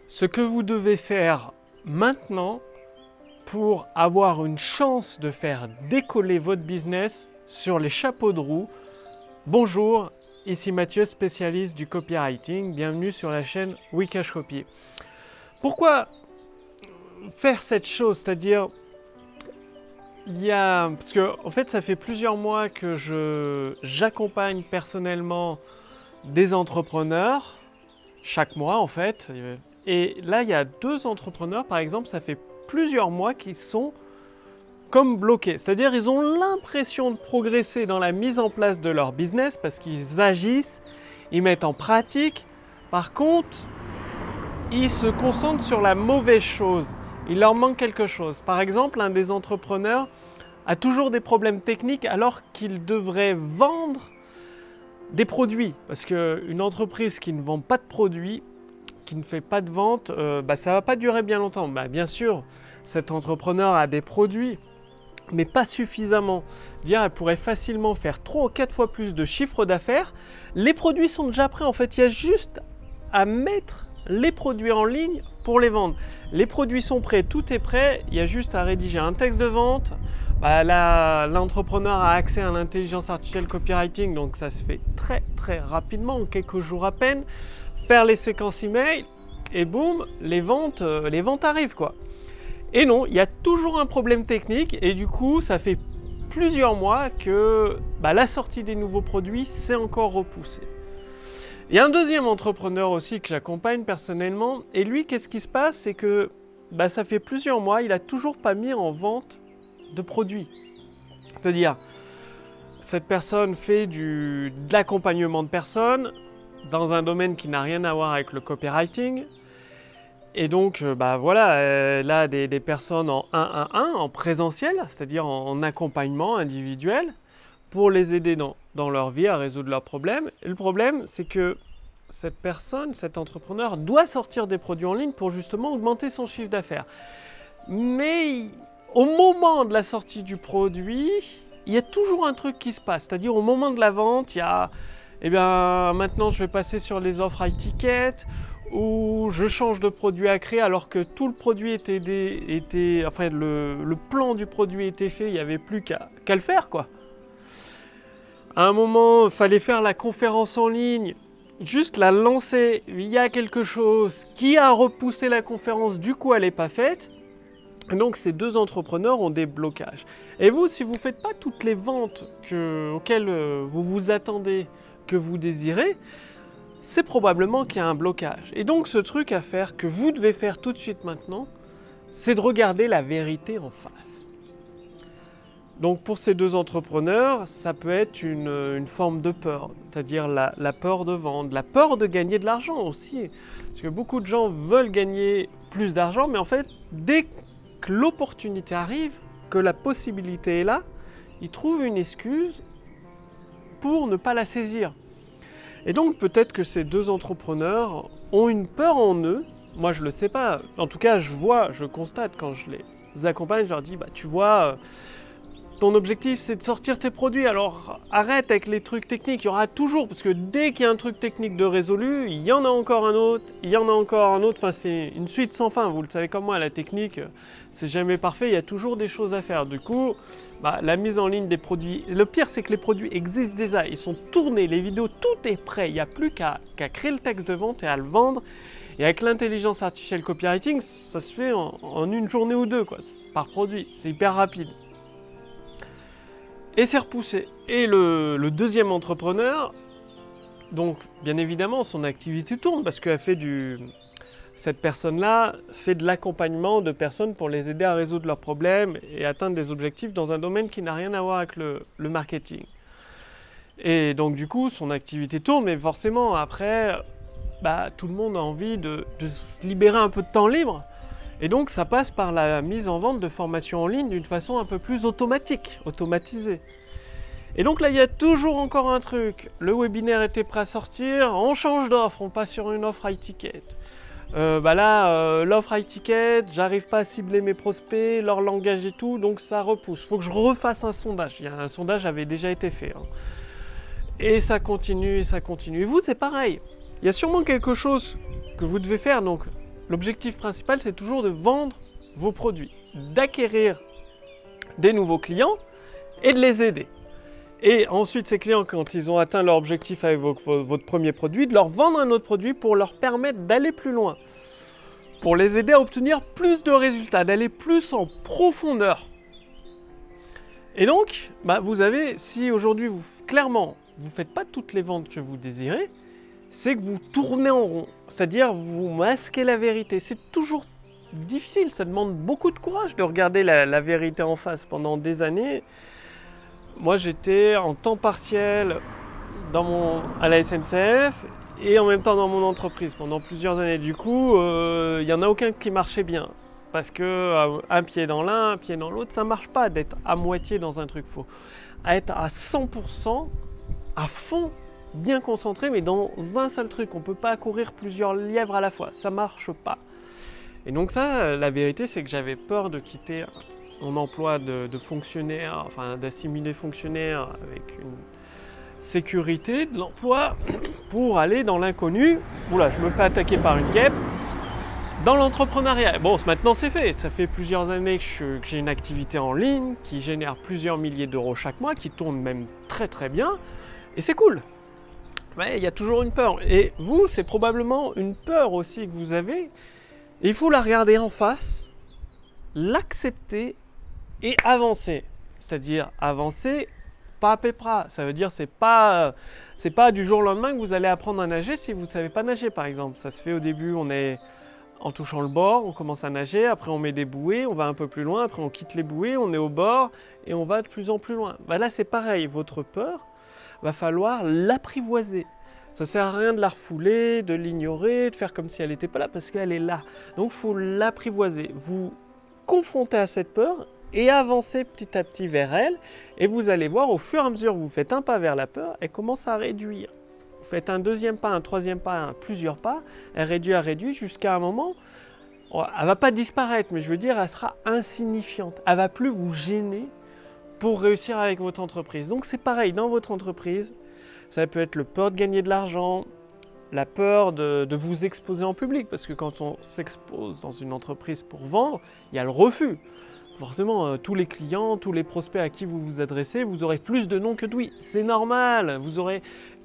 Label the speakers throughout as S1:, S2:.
S1: Ce que vous devez faire maintenant pour avoir une chance de faire décoller votre business sur les chapeaux de roue. Bonjour, ici Mathieu, spécialiste du copywriting. Bienvenue sur la chaîne Wikash Copy. Pourquoi faire cette chose? C'est-à-dire, parce que en fait, ça fait plusieurs mois que j'accompagne personnellement des entrepreneurs, chaque mois en fait. Et là, il y a 2 entrepreneurs, par exemple, ça fait plusieurs mois qu'ils sont comme bloqués. C'est-à-dire, ils ont l'impression de progresser dans la mise en place de leur business parce qu'ils agissent, ils mettent en pratique. Par contre, ils se concentrent sur la mauvaise chose. Il leur manque quelque chose. Par exemple, un des entrepreneurs a toujours des problèmes techniques alors qu'il devrait vendre des produits. Parce qu'une entreprise qui ne vend pas de produits, qui ne fait pas de vente, ça ne va pas durer bien longtemps. Bien sûr, cet entrepreneur a des produits, mais pas suffisamment. Elle pourrait facilement faire 3 ou 4 fois plus de chiffre d'affaires. Les produits sont déjà prêts. En fait, il y a juste à mettre les produits en ligne pour les vendre. Les produits sont prêts, tout est prêt. Il y a juste à rédiger un texte de vente. L'entrepreneur a accès à l'intelligence artificielle copywriting, donc ça se fait très très rapidement, en quelques jours à peine. Faire les séquences email et boum, les ventes arrivent quoi. Et non, il y a toujours un problème technique et du coup, ça fait plusieurs mois que la sortie des nouveaux produits s'est encore repoussée. Il y a un deuxième entrepreneur aussi que j'accompagne personnellement et lui, qu'est-ce qui se passe? C'est que ça fait plusieurs mois, il n'a toujours pas mis en vente de produits. C'est-à-dire, cette personne fait de l'accompagnement de personnes dans un domaine qui n'a rien à voir avec le copywriting. Et donc, elle a des personnes en 1-1-1, en présentiel, c'est-à-dire en accompagnement individuel, pour les aider dans leur vie à résoudre leurs problèmes. Et le problème, c'est que cette personne, cet entrepreneur, doit sortir des produits en ligne pour justement augmenter son chiffre d'affaires. Mais au moment de la sortie du produit, il y a toujours un truc qui se passe. C'est-à-dire, au moment de la vente, il y a maintenant je vais passer sur les offres high ticket ou je change de produit à créer alors que tout le produit le plan du produit était fait, il n'y avait plus qu'à le faire quoi. À un moment, il fallait faire la conférence en ligne, juste la lancer, il y a quelque chose qui a repoussé la conférence, du coup elle n'est pas faite. Donc ces 2 entrepreneurs ont des blocages. Et vous, si vous ne faites pas toutes les ventes auxquelles vous vous attendez, que vous désirez, c'est probablement qu'il y a un blocage. Et donc ce truc à faire, que vous devez faire tout de suite maintenant, c'est de regarder la vérité en face. Donc pour ces 2 entrepreneurs, ça peut être une forme de peur, c'est-à-dire la peur de vendre, la peur de gagner de l'argent aussi. Parce que beaucoup de gens veulent gagner plus d'argent, mais en fait, dès que l'opportunité arrive, que la possibilité est là, ils trouvent une excuse pour ne pas la saisir. Et donc peut-être que ces 2 entrepreneurs ont une peur en eux. Moi je ne le sais pas. En tout cas je constate quand je les accompagne, je leur dis tu vois, ton objectif c'est de sortir tes produits, alors arrête avec les trucs techniques, il y aura toujours, parce que dès qu'il y a un truc technique de résolu, il y en a encore un autre, il y en a encore un autre, enfin c'est une suite sans fin, vous le savez comme moi, la technique c'est jamais parfait, il y a toujours des choses à faire. Du coup, la mise en ligne des produits, le pire c'est que les produits existent déjà, ils sont tournés, les vidéos, tout est prêt, il n'y a plus qu'à créer le texte de vente et à le vendre. Et avec l'intelligence artificielle copywriting, ça se fait en une journée ou 2 quoi, par produit, c'est hyper rapide. Et c'est repoussé. Et le deuxième entrepreneur, donc bien évidemment son activité tourne parce que cette personne-là fait de l'accompagnement de personnes pour les aider à résoudre leurs problèmes et atteindre des objectifs dans un domaine qui n'a rien à voir avec le marketing. Et donc du coup son activité tourne, mais forcément après, tout le monde a envie de se libérer un peu de temps libre. Et donc ça passe par la mise en vente de formations en ligne d'une façon un peu plus automatisée. Et donc là il y a toujours encore un truc, le webinaire était prêt à sortir, on change d'offre, on passe sur une offre high ticket. L'offre high ticket, j'arrive pas à cibler mes prospects, leur langage et tout, donc ça repousse. Il faut que je refasse un sondage, un sondage avait déjà été fait. Et ça continue, et ça continue. Et vous c'est pareil, il y a sûrement quelque chose que vous devez faire, donc l'objectif principal, c'est toujours de vendre vos produits, d'acquérir des nouveaux clients et de les aider. Et ensuite, ces clients, quand ils ont atteint leur objectif avec votre premier produit, de leur vendre un autre produit pour leur permettre d'aller plus loin, pour les aider à obtenir plus de résultats, d'aller plus en profondeur. Et donc, vous avez, si aujourd'hui, clairement, vous ne faites pas toutes les ventes que vous désirez, c'est que vous tournez en rond, c'est-à-dire vous masquez la vérité. C'est toujours difficile, ça demande beaucoup de courage de regarder la vérité en face. Pendant des années, moi j'étais en temps partiel à la SNCF et en même temps dans mon entreprise pendant plusieurs années. Du coup, il n'y en a aucun qui marchait bien. Parce que un pied dans l'un, un pied dans l'autre, ça ne marche pas d'être à moitié dans un truc. Il faut être à 100%, à fond, bien concentré, mais dans un seul truc. On ne peut pas courir plusieurs lièvres à la fois, ça ne marche pas. Et donc ça, la vérité, c'est que j'avais peur de quitter mon emploi de fonctionnaire, enfin d'assimiler fonctionnaire avec une sécurité de l'emploi pour aller dans l'inconnu. Oula, je me fais attaquer par une guêpe. Dans l'entrepreneuriat, bon, maintenant c'est fait. Ça fait plusieurs années que j'ai une activité en ligne qui génère plusieurs milliers d'euros chaque mois, qui tourne même très très bien. Et c'est cool. Mais il y a toujours une peur. Et vous, c'est probablement une peur aussi que vous avez. Et il faut la regarder en face, l'accepter et avancer. C'est-à-dire avancer pas à pépra. Ça veut dire c'est pas du jour au lendemain que vous allez apprendre à nager si vous ne savez pas nager par exemple. Ça se fait au début, on est en touchant le bord, on commence à nager, après on met des bouées, on va un peu plus loin, après on quitte les bouées, on est au bord et on va de plus en plus loin. Là c'est pareil, votre peur, va falloir l'apprivoiser. Ça ne sert à rien de la refouler, de l'ignorer, de faire comme si elle n'était pas là, parce qu'elle est là. Donc il faut l'apprivoiser, vous confronter à cette peur et avancer petit à petit vers elle. Et vous allez voir, au fur et à mesure que vous faites un pas vers la peur, elle commence à réduire. Vous faites un deuxième pas, un troisième pas, plusieurs pas, elle réduit jusqu'à un moment, elle ne va pas disparaître, mais je veux dire, elle sera insignifiante. Elle ne va plus vous gêner pour réussir avec votre entreprise. Donc c'est pareil, dans votre entreprise, ça peut être le peur de gagner de l'argent, la peur de vous exposer en public, parce que quand on s'expose dans une entreprise pour vendre, il y a le refus. Forcément, tous les clients, tous les prospects à qui vous vous adressez, vous aurez plus de non que de oui. C'est normal, vous aurez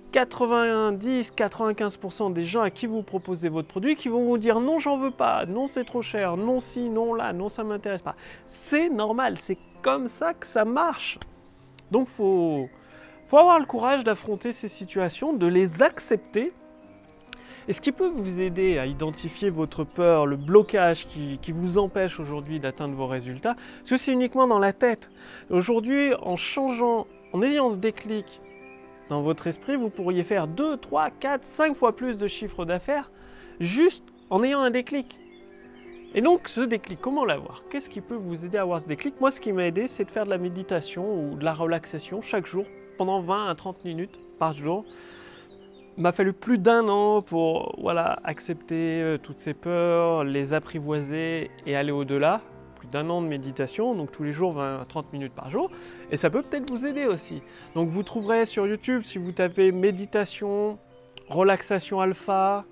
S1: 90-95% des gens à qui vous proposez votre produit qui vont vous dire non, j'en veux pas, non, c'est trop cher, non, si, non, là, non, ça m'intéresse pas. C'est normal, c'est comme ça que ça marche. Donc, faut avoir le courage d'affronter ces situations, de les accepter. Et ce qui peut vous aider à identifier votre peur, le blocage qui vous empêche aujourd'hui d'atteindre vos résultats, parce que c'est uniquement dans la tête. Aujourd'hui, en ayant ce déclic dans votre esprit, vous pourriez faire 2, 3, 4, 5 fois plus de chiffre d'affaires juste en ayant un déclic. Et donc, ce déclic, comment l'avoir? Qu'est-ce qui peut vous aider à avoir ce déclic? Moi, ce qui m'a aidé, c'est de faire de la méditation ou de la relaxation chaque jour, pendant 20 à 30 minutes par jour. Il m'a fallu plus d'1 an pour accepter toutes ces peurs, les apprivoiser et aller au-delà. Plus d'1 an de méditation, donc tous les jours 20 à 30 minutes par jour. Et ça peut peut-être vous aider aussi. Donc vous trouverez sur YouTube, si vous tapez méditation, relaxation alpha,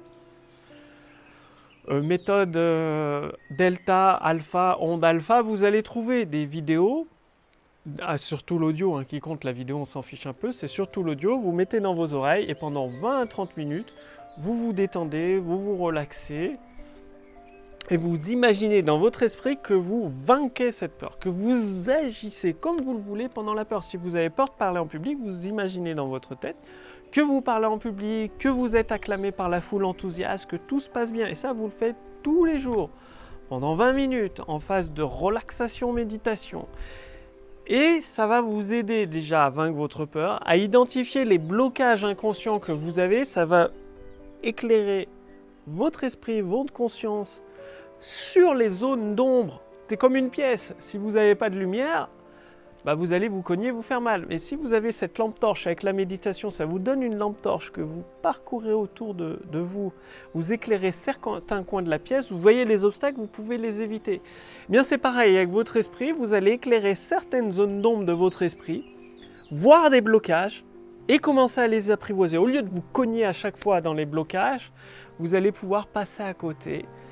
S1: méthode delta, alpha, onde alpha, vous allez trouver des vidéos. Surtout l'audio, qui compte, la vidéo on s'en fiche un peu, c'est surtout l'audio, vous mettez dans vos oreilles et pendant 20 à 30 minutes, vous vous détendez, vous vous relaxez et vous imaginez dans votre esprit que vous vainquez cette peur, que vous agissez comme vous le voulez pendant la peur. Si vous avez peur de parler en public, vous imaginez dans votre tête que vous parlez en public, que vous êtes acclamé par la foule enthousiaste, que tout se passe bien et ça vous le faites tous les jours, pendant 20 minutes en phase de relaxation, méditation. Et ça va vous aider déjà à vaincre votre peur, à identifier les blocages inconscients que vous avez. Ça va éclairer votre esprit, votre conscience sur les zones d'ombre. C'est comme une pièce. Si vous n'avez pas de lumière, vous allez vous cogner, vous faire mal. Mais si vous avez cette lampe torche avec la méditation, ça vous donne une lampe torche que vous parcourez autour de vous. Vous éclairez certains coins de la pièce, vous voyez les obstacles, vous pouvez les éviter. Eh bien c'est pareil avec votre esprit, vous allez éclairer certaines zones d'ombre de votre esprit, voir des blocages et commencer à les apprivoiser. Au lieu de vous cogner à chaque fois dans les blocages, vous allez pouvoir passer à côté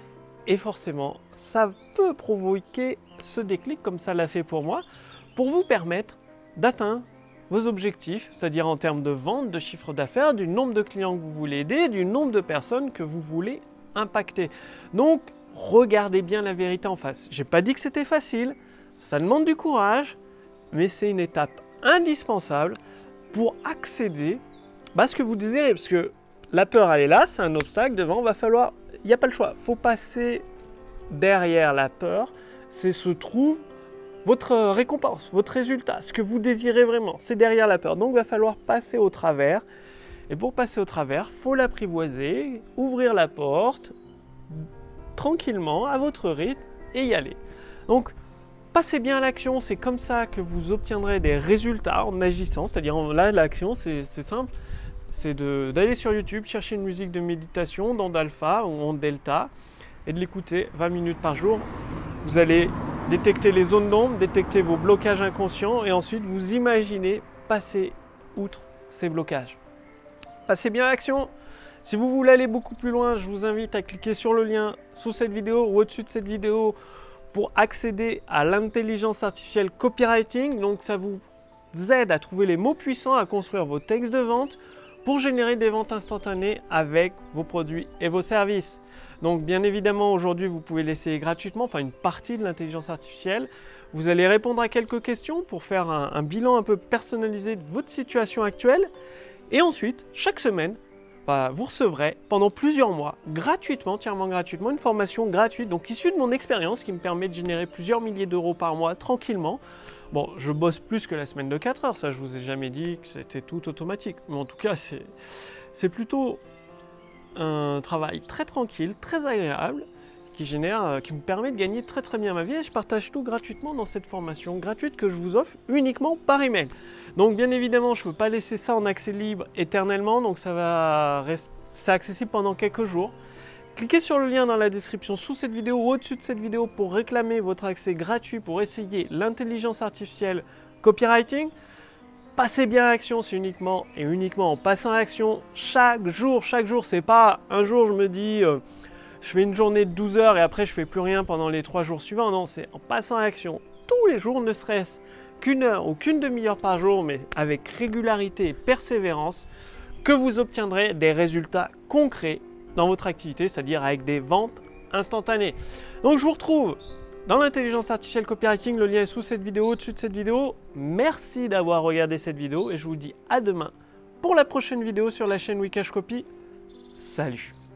S1: Et forcément, ça peut provoquer ce déclic, comme ça l'a fait pour moi, pour vous permettre d'atteindre vos objectifs, c'est-à-dire en termes de vente, de chiffre d'affaires, du nombre de clients que vous voulez aider, du nombre de personnes que vous voulez impacter. Donc, regardez bien la vérité en face. J'ai pas dit que c'était facile, ça demande du courage, mais c'est une étape indispensable pour accéder à ce que vous désirez. Parce que la peur, elle est là, c'est un obstacle devant, il n'y a pas le choix. Il faut passer derrière la peur, se trouve votre récompense, votre résultat, ce que vous désirez vraiment, c'est derrière la peur. Donc, il va falloir passer au travers. Et pour passer au travers, il faut l'apprivoiser, ouvrir la porte, tranquillement, à votre rythme, et y aller. Donc, passez bien à l'action, c'est comme ça que vous obtiendrez des résultats en agissant. C'est-à-dire, là, l'action, c'est simple, c'est d'aller sur YouTube, chercher une musique de méditation d'onde alpha ou onde delta, et de l'écouter 20 minutes par jour. Vous allez détecter les zones d'ombre, détecter vos blocages inconscients, et ensuite vous imaginez passer outre ces blocages. Passez bien à l'action. Si vous voulez aller beaucoup plus loin, je vous invite à cliquer sur le lien sous cette vidéo ou au-dessus de cette vidéo pour accéder à l'intelligence artificielle copywriting. Donc ça vous aide à trouver les mots puissants, à construire vos textes de vente pour générer des ventes instantanées avec vos produits et vos services. Donc bien évidemment aujourd'hui vous pouvez l'essayer gratuitement, enfin une partie de l'intelligence artificielle. Vous allez répondre à quelques questions pour faire un bilan un peu personnalisé de votre situation actuelle. Et ensuite, chaque semaine, vous recevrez pendant plusieurs mois, gratuitement, entièrement gratuitement, une formation gratuite, donc issue de mon expérience qui me permet de générer plusieurs milliers d'euros par mois tranquillement. Bon, je bosse plus que la semaine de 4 heures, ça je vous ai jamais dit que c'était tout automatique. Mais en tout cas, c'est plutôt un travail très tranquille, très agréable, qui me permet de gagner très très bien ma vie, et je partage tout gratuitement dans cette formation gratuite que je vous offre uniquement par email. Donc bien évidemment, je ne peux pas laisser ça en accès libre éternellement, donc c'est accessible pendant quelques jours. Cliquez sur le lien dans la description sous cette vidéo ou au-dessus de cette vidéo pour réclamer votre accès gratuit pour essayer l'intelligence artificielle copywriting. Passez bien à l'action, c'est uniquement en passant à l'action chaque jour, c'est pas un jour je me dis je fais une journée de 12 heures et après je fais plus rien pendant les 3 jours suivants. Non, c'est en passant à l'action tous les jours, ne serait-ce qu'une heure ou qu'une demi-heure par jour, mais avec régularité et persévérance, que vous obtiendrez des résultats concrets dans votre activité, c'est-à-dire avec des ventes instantanées. Donc je vous retrouve dans l'intelligence artificielle copywriting, le lien est sous cette vidéo, au-dessus de cette vidéo. Merci d'avoir regardé cette vidéo et je vous dis à demain pour la prochaine vidéo sur la chaîne Wikash Copy. Salut!